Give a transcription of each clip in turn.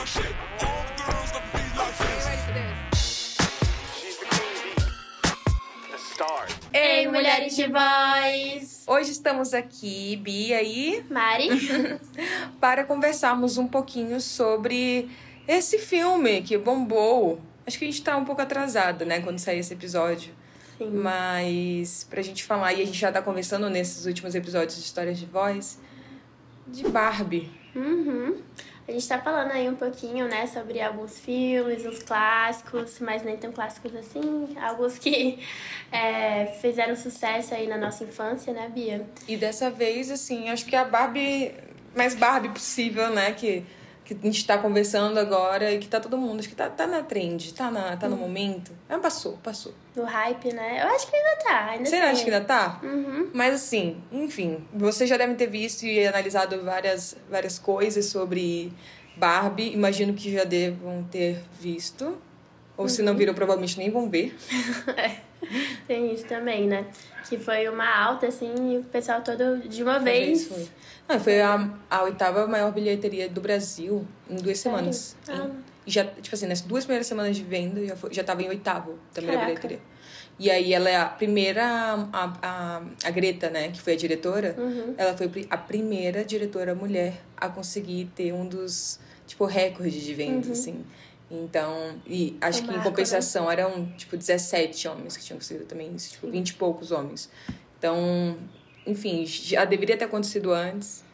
Ei, mulheres de voz! Hoje estamos aqui, Bia e Mari, para conversarmos um pouquinho sobre esse filme que bombou. Acho que a gente tá um pouco atrasada, né, quando sair esse episódio. Sim. Mas pra gente falar, e a gente já tá conversando nesses últimos episódios de Histórias de Voz, de Barbie. A gente tá falando aí um pouquinho, né, sobre alguns filmes, uns clássicos, mas nem tão clássicos assim. Alguns que fizeram sucesso aí na nossa infância, né, Bia? E dessa vez, assim, acho que a Barbie, mais Barbie possível, né, que a gente tá conversando agora e que tá todo mundo, acho que tá na trend, tá no momento. Passou. No hype, né? Eu acho que ainda tá. Você acha que ainda tá? Uhum. Mas assim, enfim, vocês já devem ter visto e analisado várias coisas sobre Barbie. Imagino que já devam ter visto. Ou se não viram, provavelmente nem vão ver. Tem isso também, né? Que foi uma alta, assim, e o pessoal todo de uma vez. Foi. Não, foi a 8ª maior bilheteria do Brasil em 2 semanas. E já, tipo assim, nas 2 primeiras semanas de venda, já tava em 8º da melhor bilheteria. E aí ela é a primeira, a Greta, né, que foi a diretora, ela foi a primeira diretora mulher a conseguir ter um dos, tipo, recordes de vendas, assim. Então, e acho que em compensação eram, tipo, 17 homens que tinham conseguido também isso, tipo, 20 e poucos homens. Então, enfim, já deveria ter acontecido antes,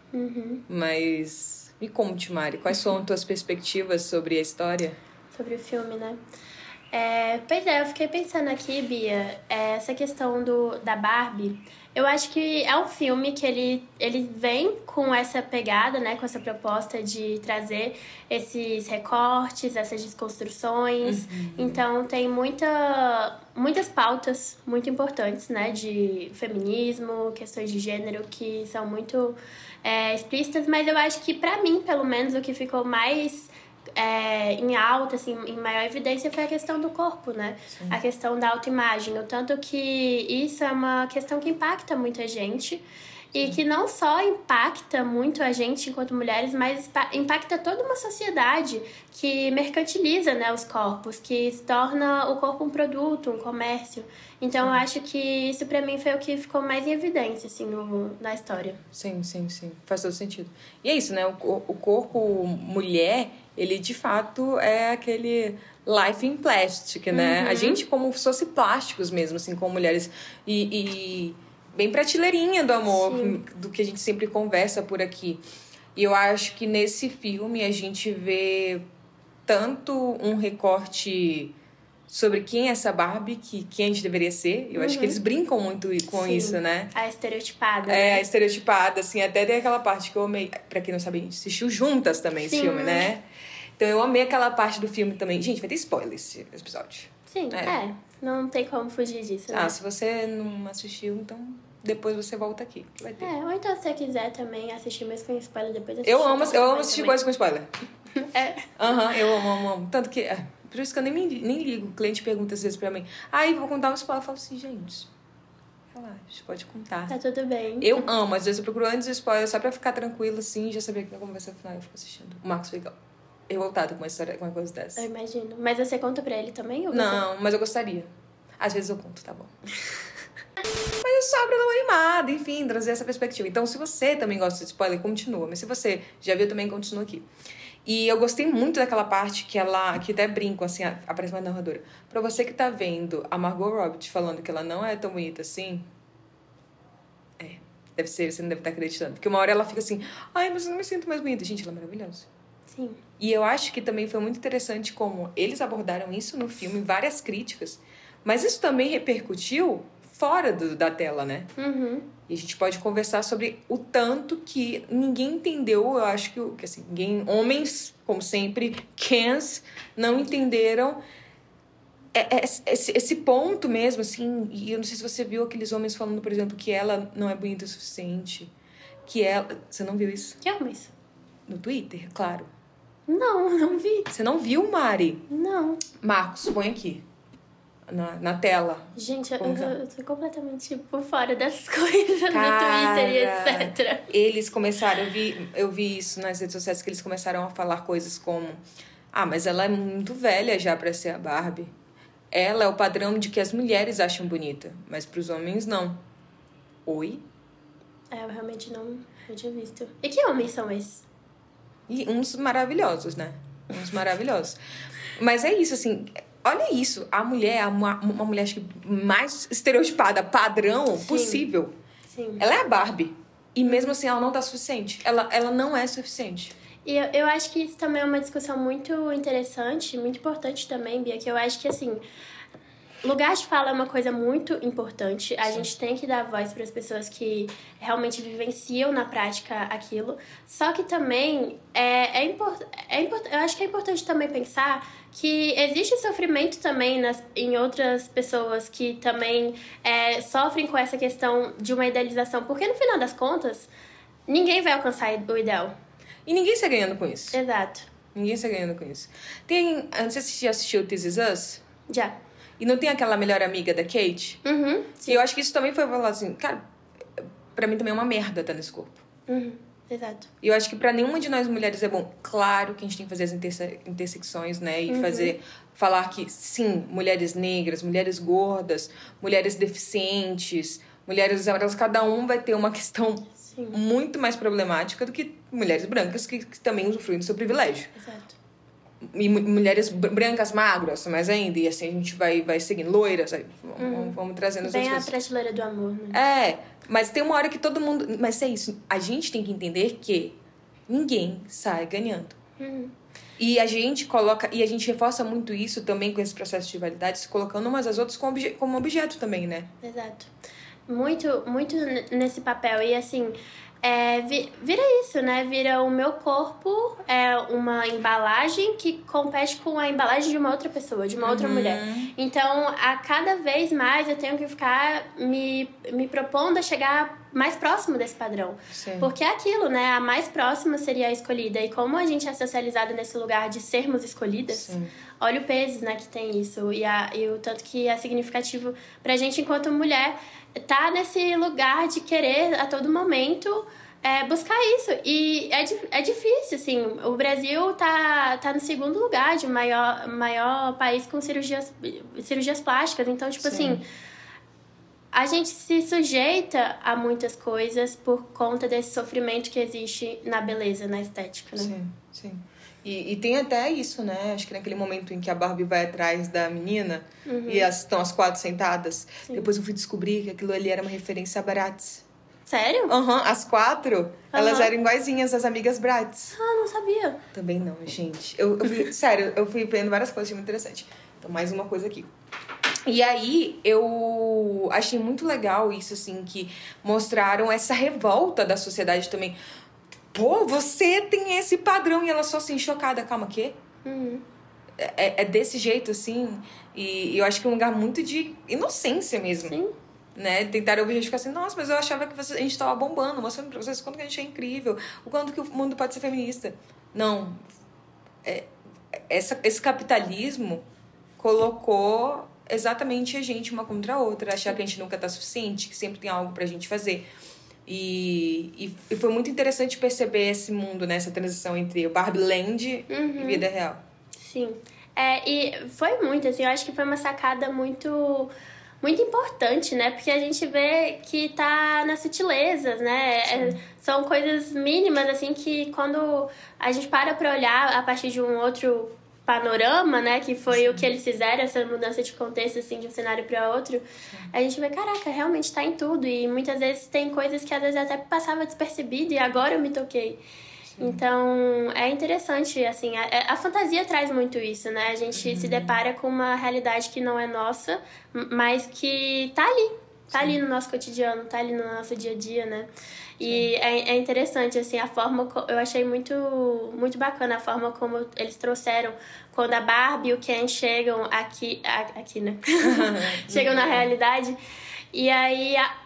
mas me conte, Mari, quais são as tuas perspectivas sobre a história? Sobre o filme, né? Pois é, eu fiquei pensando aqui, Bia, essa questão da Barbie. Eu acho que é um filme que ele vem com essa pegada, né? Com essa proposta de trazer esses recortes, essas desconstruções. Então, tem muitas pautas muito importantes, né? De feminismo, questões de gênero, que são muito explícitas. Mas eu acho que, pra mim, pelo menos, o que ficou mais em alta, assim, em maior evidência foi a questão do corpo, né? Sim. A questão da autoimagem. O tanto que isso é uma questão que impacta muita gente. E que não só impacta muito a gente enquanto mulheres, mas impacta toda uma sociedade que mercantiliza, né, os corpos, que torna o corpo um produto, um comércio. Então, eu acho que isso, pra mim, foi o que ficou mais em evidência, assim, na história. Sim. Faz todo sentido. E é isso, né? O corpo mulher, ele, de fato, é aquele life in plastic, né? A gente como se fosse plásticos mesmo, assim, como mulheres. E bem prateleirinha do amor, do que a gente sempre conversa por aqui. E eu acho que nesse filme a gente vê tanto um recorte sobre quem é essa Barbie, quem a gente deveria ser. Eu acho que eles brincam muito com isso, né? A estereotipada. A estereotipada, assim, até tem aquela parte que eu amei. Pra quem não sabe, a gente assistiu juntas também esse filme, né? Então eu amei aquela parte do filme também. Gente, vai ter spoiler esse episódio. Sim, não tem como fugir disso, né? Se você não assistiu, então depois você volta aqui, que vai ter. Ou então se você quiser também assistir mesmo com spoiler, depois assistir. Eu amo assistir coisas com spoiler. Eu amo. Tanto que... por isso que eu nem ligo. O cliente pergunta às vezes pra mim, vou contar um spoiler. Eu falo assim, gente, relaxa, pode contar. Tá tudo bem. Eu amo. Às vezes eu procuro antes do spoiler só pra ficar tranquila, assim, já saber que a conversa final eu fico assistindo. O Marcos fica revoltado com uma coisa dessa. Eu imagino. Mas você conta pra ele também? Ou Não, mas eu gostaria. Às vezes eu conto, tá bom. Mas é só pra dar uma animada, enfim, trazer essa perspectiva. Então, se você também gosta de spoiler, continua. Mas se você já viu, também continua aqui. E eu gostei muito daquela parte que até brinco, assim, aparece uma narradora. Pra você que tá vendo a Margot Robbie falando que ela não é tão bonita assim... deve ser, você não deve estar acreditando. Porque uma hora ela fica assim, mas eu não me sinto mais bonita. Gente, ela é maravilhosa. Sim. E eu acho que também foi muito interessante como eles abordaram isso no filme, várias críticas. Mas isso também repercutiu fora da tela, né? E a gente pode conversar sobre o tanto que ninguém entendeu. Eu acho que assim, homens, como sempre, Kens, não entenderam esse ponto mesmo, assim. E eu não sei se você viu aqueles homens falando, por exemplo, que ela não é bonita o suficiente. Você não viu isso? Que homens? No Twitter, claro. Não vi. Você não viu, Mari? Não. Marcos, põe aqui. na tela. Gente, eu tô completamente por fora dessas coisas no Twitter e etc. Eles começaram, eu vi isso nas redes sociais, que eles começaram a falar coisas como: mas ela é muito velha já pra ser a Barbie. Ela é o padrão de que as mulheres acham bonita, mas pros homens não. Oi? Eu realmente não tinha visto. E que homens são esses? E uns maravilhosos, né? Uns maravilhosos. Mas é isso, assim... Olha isso. A mulher é uma mulher, acho que, mais estereotipada, padrão possível. Sim. Ela é a Barbie. E mesmo assim, ela não tá suficiente. Ela não é suficiente. E eu acho que isso também é uma discussão muito interessante, muito importante também, Bia, que eu acho que, assim... Lugar de fala é uma coisa muito importante. A gente tem que dar voz para as pessoas que realmente vivenciam na prática aquilo. Só que também eu acho que é importante também pensar que existe sofrimento também em outras pessoas que também sofrem com essa questão de uma idealização. Porque no final das contas, ninguém vai alcançar o ideal. E ninguém está ganhando com isso. Exato. Ninguém está ganhando com isso. Não sei se você já assistiu This Is Us. Já. E não tem aquela melhor amiga da Kate? Uhum, sim. E eu acho que isso também foi falar assim, cara, pra mim também é uma merda estar nesse corpo. Uhum, exato. E eu acho que pra nenhuma de nós mulheres é bom. Claro que a gente tem que fazer as intersecções, né? E falar que, sim, mulheres negras, mulheres gordas, mulheres deficientes, mulheres... Cada um vai ter uma questão muito mais problemática do que mulheres brancas que também usufruem do seu privilégio. Exato. E mulheres brancas magras, mas ainda, e assim a gente vai seguindo, loiras, aí vamos trazendo as outras coisas. Bem a prateleira do amor, né? Mas tem uma hora que todo mundo... Mas é isso, a gente tem que entender que ninguém sai ganhando. E a gente reforça muito isso também com esse processo de validade, se colocando umas às outras como objeto também, né? Exato. Muito, muito nesse papel. E assim... vira isso, né? Vira o meu corpo uma embalagem que compete com a embalagem de uma outra pessoa, de uma outra mulher. Então, a cada vez mais eu tenho que ficar me propondo a chegar mais próximo desse padrão. Sim. Porque é aquilo, né? A mais próxima seria a escolhida. E como a gente é socializada nesse lugar de sermos escolhidas, sim, olha o peso, né, que tem isso. E o tanto que é significativo pra gente enquanto mulher tá nesse lugar de querer a todo momento buscar isso. E é difícil, assim. O Brasil tá no segundo lugar de maior país com cirurgias plásticas. Então, tipo, sim, assim, a gente se sujeita a muitas coisas por conta desse sofrimento que existe na beleza, na estética, né? Sim, sim. E tem até isso, né? Acho que naquele momento em que a Barbie vai atrás da menina e estão as quatro sentadas. Sim. Depois eu fui descobrir que aquilo ali era uma referência a Bratz. Sério? As quatro, elas eram iguaizinhas às amigas Bratz. Não sabia. Também não, gente. Sério, eu fui vendo várias coisas, achei muito interessante. Então, mais uma coisa aqui. E aí, eu achei muito legal isso, assim, que mostraram essa revolta da sociedade também. Pô, você tem esse padrão. E ela só assim, chocada. Calma, quê? É desse jeito, assim. E eu acho que é um lugar muito de inocência mesmo. Sim. Né? Tentaram ouvir a gente ficar assim, nossa, mas eu achava que a gente tava bombando, mostrando pra vocês o quanto que a gente é incrível, o quanto que o mundo pode ser feminista. Não. Esse capitalismo colocou exatamente a gente uma contra a outra. Achar que a gente nunca tá suficiente, que sempre tem algo pra gente fazer. E foi muito interessante perceber esse mundo, né? Essa transição entre o Barbie Land e vida real. Sim. E foi muito, assim, eu acho que foi uma sacada muito, muito importante, né? Porque a gente vê que tá nas sutilezas, né? São coisas mínimas, assim, que quando a gente para pra olhar a partir de um outro panorama, né, que foi o que eles fizeram, essa mudança de contexto, assim, de um cenário para outro, a gente vê, caraca, realmente tá em tudo, e muitas vezes tem coisas que às vezes até passava despercebido e agora eu me toquei. Então, é interessante, assim, a fantasia traz muito isso, né, a gente se depara com uma realidade que não é nossa, mas que tá ali no nosso cotidiano, tá ali no nosso dia a dia, né. E é interessante, assim, a forma... Eu achei muito, muito bacana a forma como eles trouxeram quando a Barbie e o Ken chegam aqui, né? Chegam na realidade. E aí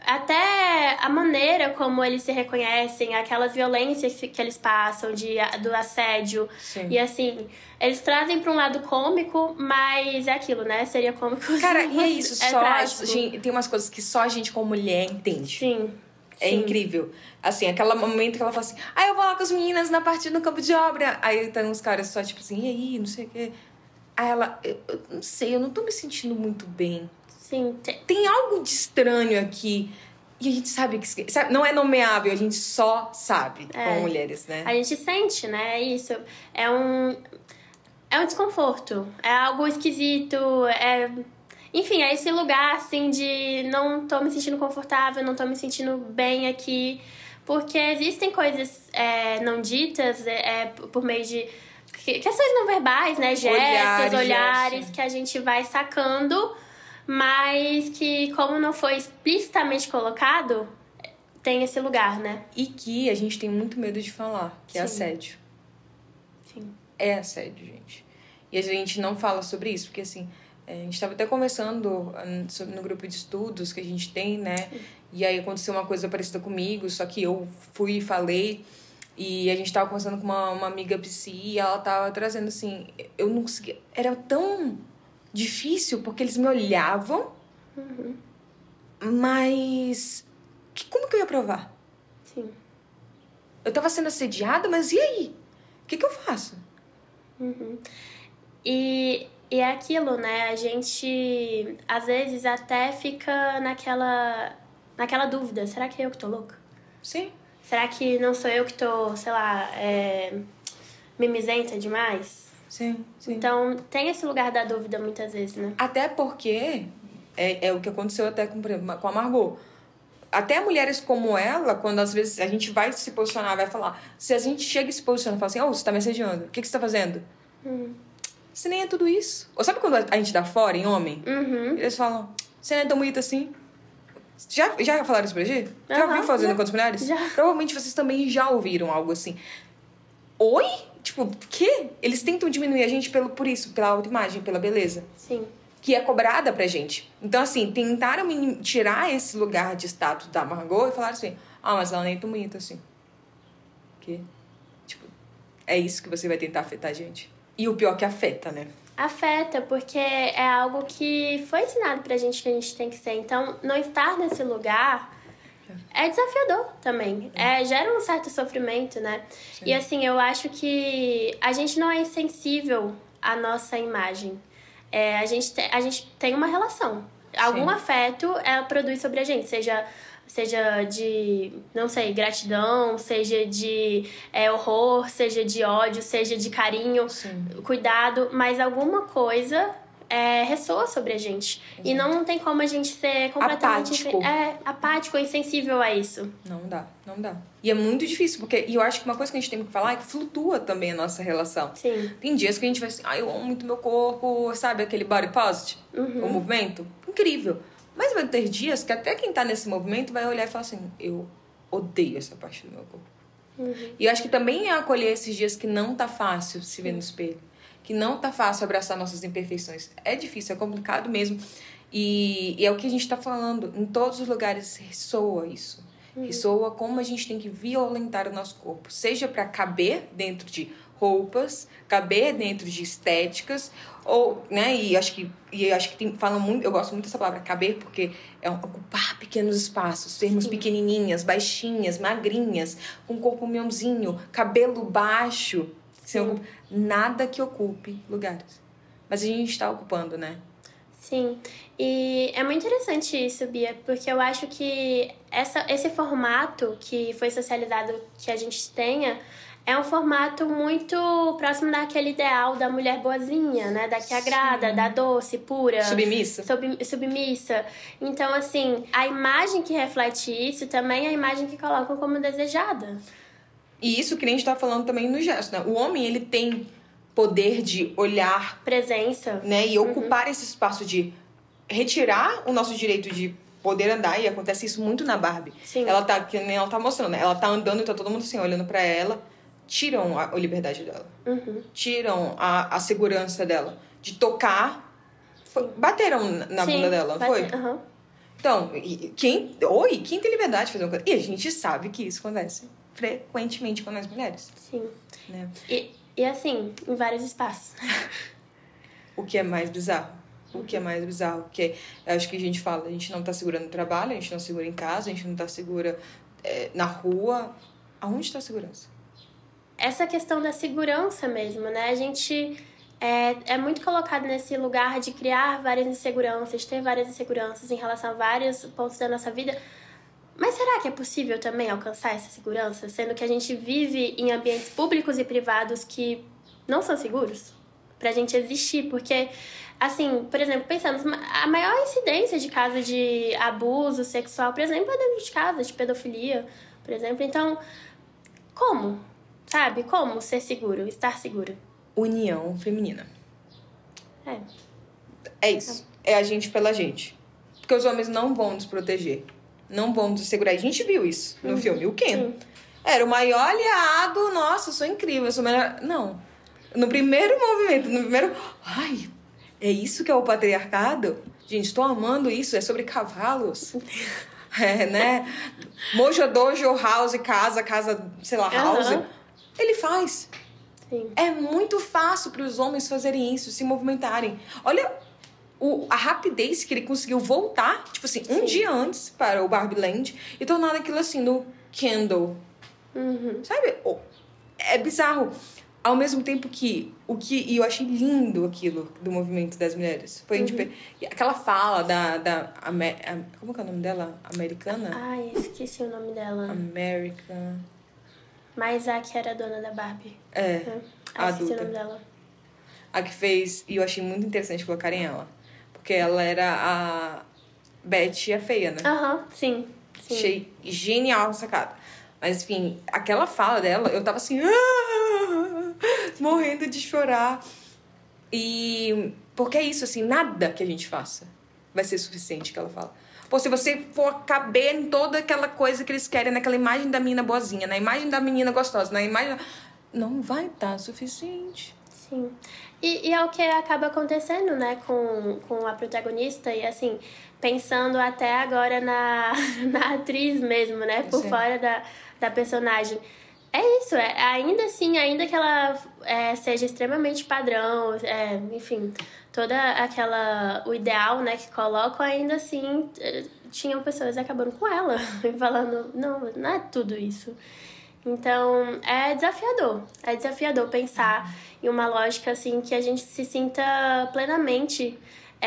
até a maneira como eles se reconhecem, aquelas violências que eles passam, do assédio. Sim. E assim, eles trazem pra um lado cômico, mas é aquilo, né? Seria cômico. Cara, e é isso, trágico. Tem umas coisas que só a gente como mulher entende. Sim. É incrível. Assim, aquele momento que ela fala assim, eu vou lá com as meninas na partida no campo de obra. Aí tem uns caras só tipo assim, e aí, não sei o quê. Aí ela, eu não sei, eu não tô me sentindo muito bem. Sim. Tem algo de estranho aqui. E a gente sabe que... Sabe, não é nomeável, a gente só sabe como mulheres, né? A gente sente, né? Isso. É um desconforto. É algo esquisito. Enfim, é esse lugar, assim, de não tô me sentindo confortável, não tô me sentindo bem aqui. Porque existem coisas não ditas por meio de questões não verbais, né? Gestos, olhares que a gente vai sacando, mas que, como não foi explicitamente colocado, tem esse lugar, né? E que a gente tem muito medo de falar, que é assédio. Sim. É assédio, gente. E a gente não fala sobre isso, porque assim, a gente estava até conversando no grupo de estudos que a gente tem, né? Sim. E aí aconteceu uma coisa parecida comigo, só que eu fui e falei. E a gente tava conversando com uma amiga psi e ela tava trazendo assim, eu não conseguia, era tão difícil porque eles me olhavam, mas como que eu ia provar? Sim. Eu tava sendo assediada, mas e aí? O que eu faço? E é aquilo, né? A gente às vezes até fica naquela dúvida, será que é eu que tô louca? Sim. Será que não sou eu que tô, sei lá, mimizenta demais? Sim. Então, tem esse lugar da dúvida muitas vezes, né? Até porque é o que aconteceu até com a Margot. Até mulheres como ela, quando às vezes a gente vai se posicionar, vai falar... Se a gente chega e se posiciona e fala assim... você tá me assediando. O que você tá fazendo? Você nem é tudo isso. Ou sabe quando a gente dá fora em homem? Eles falam... Você não é tão bonita assim... Já falaram isso pra gente? Já ouviu fazendo com as mulheres? Já. Provavelmente vocês também já ouviram algo assim. Oi? Tipo, o quê? Eles tentam diminuir a gente por isso, pela autoimagem, pela beleza. Sim. Que é cobrada pra gente. Então, assim, tentaram tirar esse lugar de status da Margot e falaram assim, mas ela nem é tão bonita assim. Que? Tipo, é isso que você vai tentar afetar a gente? E o pior que afeta, né? Afeta, porque é algo que foi ensinado pra gente que a gente tem que ser. Então, não estar nesse lugar é desafiador também. Gera um certo sofrimento, né? Sim. E assim, eu acho que a gente não é insensível à nossa imagem. A gente tem uma relação. Algum afeto ela produz sobre a gente, seja de, não sei, gratidão, seja de horror, seja de ódio, seja de carinho, cuidado, mas alguma coisa ressoa sobre a gente. Exato. E não tem como a gente ser completamente apático, insensível a isso. Não dá. E é muito difícil, porque eu acho que uma coisa que a gente tem que falar é que flutua também a nossa relação. Sim. Tem dias que a gente vai assim, eu amo muito meu corpo, sabe? Aquele body positive, o movimento. Incrível. Mas vai ter dias que até quem tá nesse movimento vai olhar e falar assim, eu odeio essa parte do meu corpo. E eu acho que também é acolher esses dias que não tá fácil se ver no espelho. Que não tá fácil abraçar nossas imperfeições. É difícil, é complicado mesmo. E é o que a gente tá falando. Em todos os lugares ressoa isso. Ressoa como a gente tem que violentar o nosso corpo. Seja pra caber dentro de roupas, caber dentro de estéticas, ou, né, e acho que fala muito, eu gosto muito dessa palavra caber, porque é ocupar pequenos espaços, sermos pequenininhas, baixinhas, magrinhas, com corpo mionzinho, cabelo baixo, nada que ocupe lugares. Mas a gente está ocupando, né? Sim, e é muito interessante isso, Bia, porque eu acho que esse formato que foi socializado que a gente tenha é um formato muito próximo daquele ideal da mulher boazinha, né? Da que agrada, da doce, pura. Submissa. Submissa. Então, assim, a imagem que reflete isso também é a imagem que colocam como desejada. E isso que nem a gente tá falando também no gesto, né? O homem, ele tem poder de olhar... Presença. Né? E ocupar esse espaço de retirar o nosso direito de poder andar. E acontece isso muito na Barbie. Sim. Ela tá, que nem ela tá mostrando, né? Ela tá andando e tá todo mundo assim, olhando pra ela. Tiram a liberdade dela. Tiram a segurança dela. De tocar. Bateram na bunda dela, não foi? Então, quem tem liberdade de fazer uma coisa? E a gente sabe que isso acontece frequentemente com as mulheres. Sim. Né? E assim, em vários espaços. O que é mais bizarro. Porque eu acho que a gente não tá segura no trabalho, a gente não segura em casa, a gente não tá segura na rua. Aonde tá a segurança? Essa questão da segurança mesmo, né? A gente é muito colocado nesse lugar de criar várias inseguranças, ter várias inseguranças em relação a vários pontos da nossa vida. Mas será que é possível também alcançar essa segurança, sendo que a gente vive em ambientes públicos e privados que não são seguros pra gente existir? Porque, assim, por exemplo, pensando, a maior incidência de casos de abuso sexual, por exemplo, é dentro de casa, de pedofilia, por exemplo. Então, como? Sabe? Como ser seguro, estar seguro? União feminina. É isso. É a gente pela gente. Porque os homens não vão nos proteger. Não vão nos segurar. A gente viu isso no filme. O Ken. Sim. Era o maior aliado. Nossa, eu sou incrível, eu sou melhor. Não. No primeiro movimento, Ai, é isso que é o patriarcado? Gente, tô amando isso. É sobre cavalos. Né? Mojo, dojo, house, casa, sei lá, house. Ele faz. Sim. É muito fácil para os homens fazerem isso, se movimentarem. Olha a rapidez que ele conseguiu voltar, tipo assim, um dia antes para o Barbie Land e tornar aquilo assim no Kendall. Sabe? É bizarro. Ao mesmo tempo que e eu achei lindo aquilo do movimento das mulheres. Foi tipo, aquela fala como que é o nome dela? Americana? Ai, esqueci o nome dela. American. Mas a que era dona da Barbie. A adulta. Esqueci o nome dela. A que fez... E eu achei muito interessante colocarem ela. Porque ela era a Betty, a feia, né? Sim. Achei genial a sacada. Mas, enfim, aquela fala dela, eu tava assim... morrendo de chorar. E... Porque é isso, assim, nada que a gente faça vai ser suficiente, que ela fala. Pô, se você for caber em toda aquela coisa que eles querem, naquela imagem da menina boazinha, na imagem da menina gostosa, na imagem... Não vai estar suficiente. Sim. E é o que acaba acontecendo, né, com a protagonista. E, assim, pensando até agora na atriz mesmo, né, por fora da personagem. É isso, ainda assim, ainda que ela seja extremamente padrão, enfim, o ideal, né, que colocam, ainda assim, tinham pessoas acabando com ela, falando, não é tudo isso. Então, é desafiador pensar em uma lógica, assim, que a gente se sinta plenamente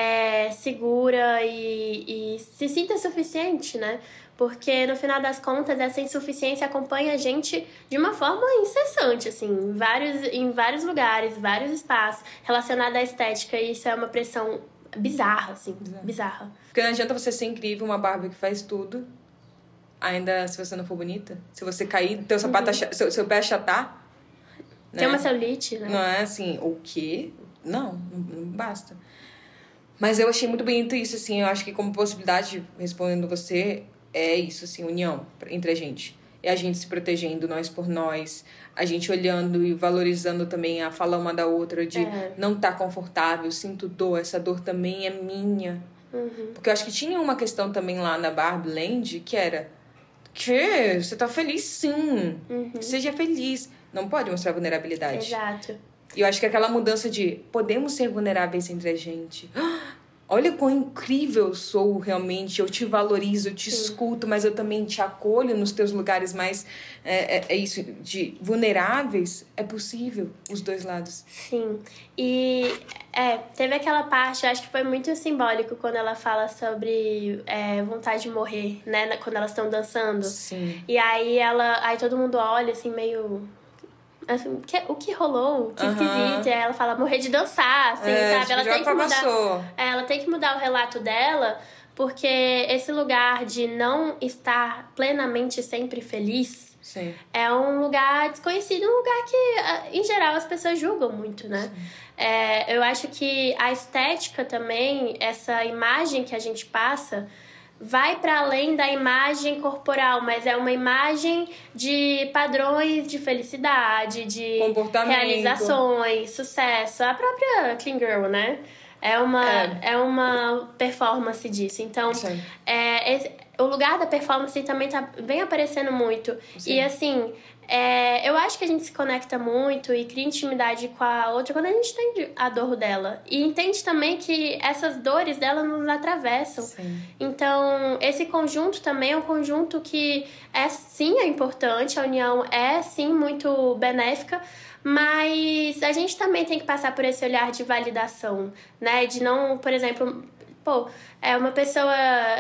segura e se sinta suficiente, né? Porque, no final das contas, essa insuficiência acompanha a gente de uma forma incessante, assim, em vários lugares, vários espaços, relacionada à estética. E isso é uma pressão bizarra, assim, bizarra. Porque não adianta você ser incrível, uma Barbie que faz tudo, ainda se você não for bonita. Se você cair, teu sapato seu pé achatar... Né? Tem uma celulite, né? Não é assim, o quê? Não basta. Mas eu achei muito bonito isso, assim, eu acho que como possibilidade, respondendo você... É isso, assim, união entre a gente. É a gente se protegendo, nós por nós. A gente olhando e valorizando também a fala uma da outra de não tá confortável, sinto dor, essa dor também é minha. Porque eu acho que tinha uma questão também lá na Barbie Land que era que você tá feliz sim, seja feliz. Não pode mostrar vulnerabilidade. Exato. E eu acho que aquela mudança de podemos ser vulneráveis entre a gente... Olha quão incrível eu sou realmente, eu te valorizo, eu te escuto, mas eu também te acolho nos teus lugares mais, isso, de vulneráveis. É possível, os dois lados. Sim, e teve aquela parte, eu acho que foi muito simbólico quando ela fala sobre vontade de morrer, né, quando elas estão dançando. Sim. E aí todo mundo olha assim, meio... Assim, o que rolou? Que esquisito. E aí ela fala morrer de dançar, assim, sabe? Ela tem que mudar. Ela tem que mudar o relato dela, porque esse lugar de não estar plenamente sempre feliz é um lugar desconhecido, um lugar que, em geral, as pessoas julgam muito, né? Eu acho que a estética também, essa imagem que a gente passa, vai para além da imagem corporal, mas é uma imagem de padrões de felicidade, de comportamento, realizações, sucesso. A própria Clean Girl, né? É uma performance disso. Então, o lugar da performance também vem aparecendo muito. Sim. E assim, eu acho que a gente se conecta muito e cria intimidade com a outra quando a gente entende a dor dela. E entende também que essas dores dela nos atravessam. Sim. Então, esse conjunto também é um conjunto que sim, é importante. A união é, sim, muito benéfica. Mas a gente também tem que passar por esse olhar de validação, né? De não, por exemplo... é uma pessoa...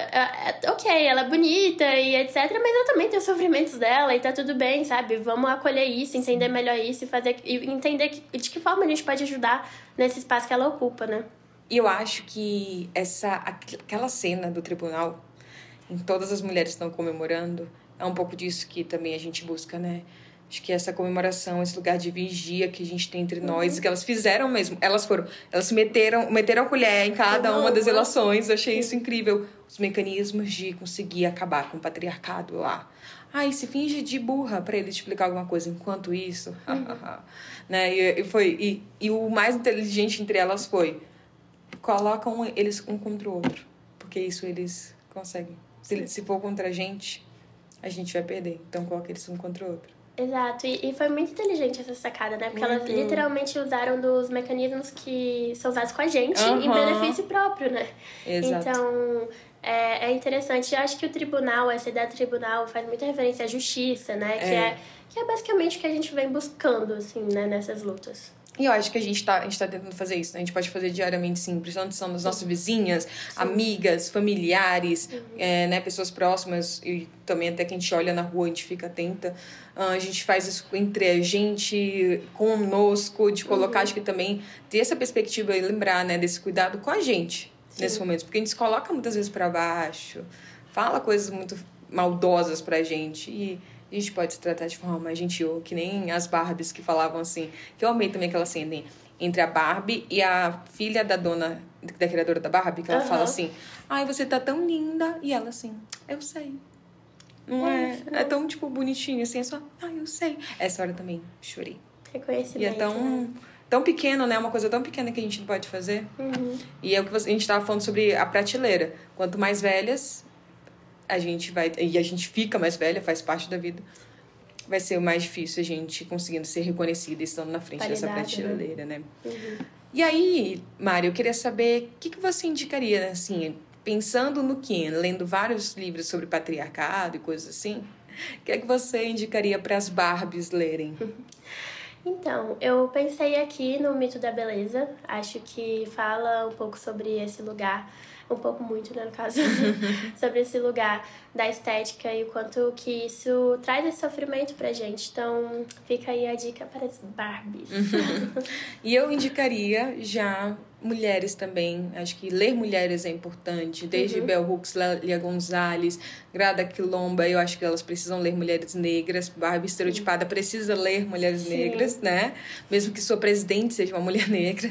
ok, ela é bonita e etc. Mas ela também tem os sofrimentos dela e tá tudo bem, sabe? Vamos acolher isso, entender melhor isso e entender de que forma a gente pode ajudar nesse espaço que ela ocupa, né? E eu acho que aquela cena do tribunal, em todas as mulheres estão comemorando, é um pouco disso que também a gente busca, né? Acho que essa comemoração, esse lugar de vigia que a gente tem entre nós, que elas fizeram mesmo. Elas meteram a colher em cada uma das relações. Eu achei isso incrível. Os mecanismos de conseguir acabar com o patriarcado lá. Se finge de burra pra ele explicar alguma coisa. Enquanto isso... né? E o mais inteligente entre elas foi... Colocam eles um contra o outro. Porque isso eles conseguem. Se for contra a gente vai perder. Então coloca eles um contra o outro. Exato, e foi muito inteligente essa sacada, né? Porque elas literalmente usaram dos mecanismos que são usados com a gente em benefício próprio, né? Exato. Então, é interessante. Eu acho que o tribunal, essa ideia do tribunal faz muita referência à justiça, né? Que é basicamente o que a gente vem buscando, assim, né? Nessas lutas. E eu acho que a gente tá tentando fazer isso, né? A gente pode fazer diariamente, sim. Principalmente são as nossas vizinhas, amigas, familiares, né? Pessoas próximas. E também até que a gente olha na rua, a gente fica atenta. A gente faz isso entre a gente, conosco, de colocar, acho que também ter essa perspectiva e lembrar, né? Desse cuidado com a gente, nesse momento. Porque a gente se coloca muitas vezes pra baixo, fala coisas muito maldosas pra gente e... A gente pode se tratar de forma mais gentil, que nem as Barbies que falavam assim. Que eu amei também aquela cena entre a Barbie e a filha da criadora da Barbie, que ela fala assim: você tá tão linda. E ela assim, eu sei. Não é? É tão, tipo, bonitinho, assim, é só, eu sei. Essa hora também chorei. Reconhecimento. E é tão pequeno, né? Uma coisa tão pequena que a gente não pode fazer. E é o que a gente tava falando sobre a prateleira. Quanto mais velhas... a gente fica mais velha, faz parte da vida, vai ser o mais difícil a gente conseguindo ser reconhecida estando na frente dessa prateleira, né? E aí, Mari, eu queria saber o que você indicaria, assim, pensando no Ken, lendo vários livros sobre patriarcado e coisas assim, o que é que você indicaria para as Barbies lerem? Então, eu pensei aqui no Mito da Beleza, acho que fala um pouco sobre esse lugar, um pouco muito, né, no caso, sobre esse lugar da estética e o quanto que isso traz esse sofrimento pra gente. Então, fica aí a dica para as Barbies. E eu indicaria já mulheres também. Acho que ler mulheres é importante. Desde Bell Hooks, Lia Gonzalez, Grada Quilomba, eu acho que elas precisam ler mulheres negras. Barbie estereotipada precisa ler mulheres negras, né? Mesmo que sua presidente seja uma mulher negra.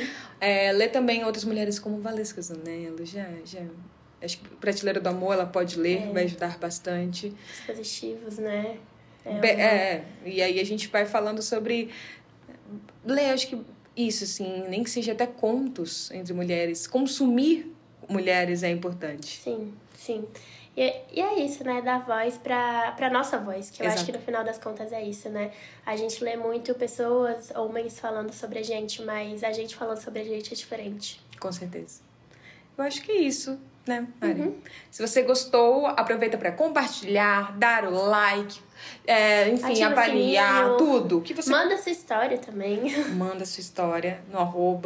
Ler também outras mulheres como Valesca Zanello, já acho que Prateleira do Amor ela pode ler, vai ajudar bastante. Dispositivos, né? E aí a gente vai falando sobre... Ler, acho que isso, assim, nem que seja até contos entre mulheres. Consumir mulheres é importante. Sim. E é isso, né? Dar voz pra nossa voz, que eu acho que no final das contas é isso, né? A gente lê muito pessoas, homens falando sobre a gente, mas a gente falando sobre a gente é diferente. Com certeza. Eu acho que é isso, né, Mari? Se você gostou, aproveita para compartilhar, dar o like, enfim, ativa avaliar tudo. Que você... Manda sua história também. Manda sua história no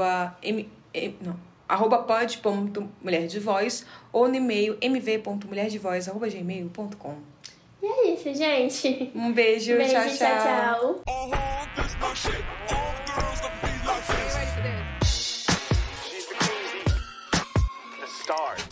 arroba pod.mulherdevoz ou no e-mail mv.mulherdevoz@gmail.com. E é isso, gente. Um beijo, tchau. Start.